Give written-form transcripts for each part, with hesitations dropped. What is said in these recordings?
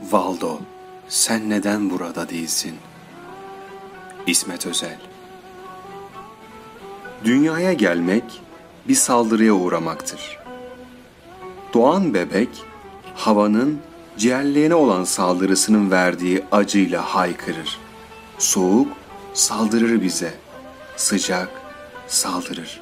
Valdo, sen neden burada değilsin? İsmet Özel. Dünyaya gelmek bir saldırıya uğramaktır. Doğan bebek, havanın ciğerlerine olan saldırısının verdiği acıyla haykırır. Soğuk saldırır bize, sıcak saldırır.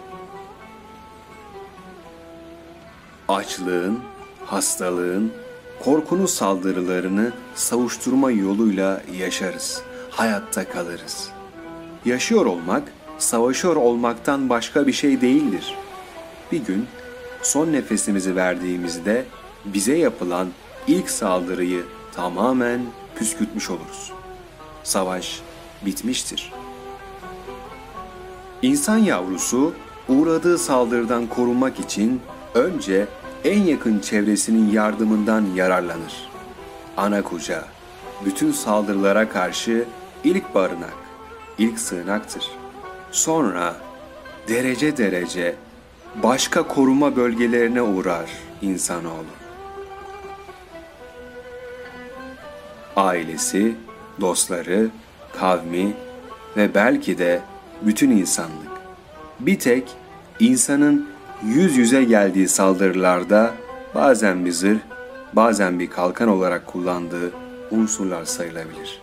Açlığın, hastalığın, korkunun saldırılarını savuşturma yoluyla yaşarız, hayatta kalırız. Yaşıyor olmak, savaşıyor olmaktan başka bir şey değildir. Bir gün son nefesimizi verdiğimizde bize yapılan ilk saldırıyı tamamen püskürtmüş oluruz. Savaş bitmiştir. İnsan yavrusu uğradığı saldırıdan korunmak için önce en yakın çevresinin yardımından yararlanır. Ana kucağı, bütün saldırılara karşı ilk barınak, ilk sığınaktır. Sonra derece derece başka koruma bölgelerine uğrar insanoğlu. Ailesi, dostları, kavmi ve belki de bütün insanlık. Bir tek insanın yüz yüze geldiği saldırılarda bazen bir zırh, bazen bir kalkan olarak kullandığı unsurlar sayılabilir.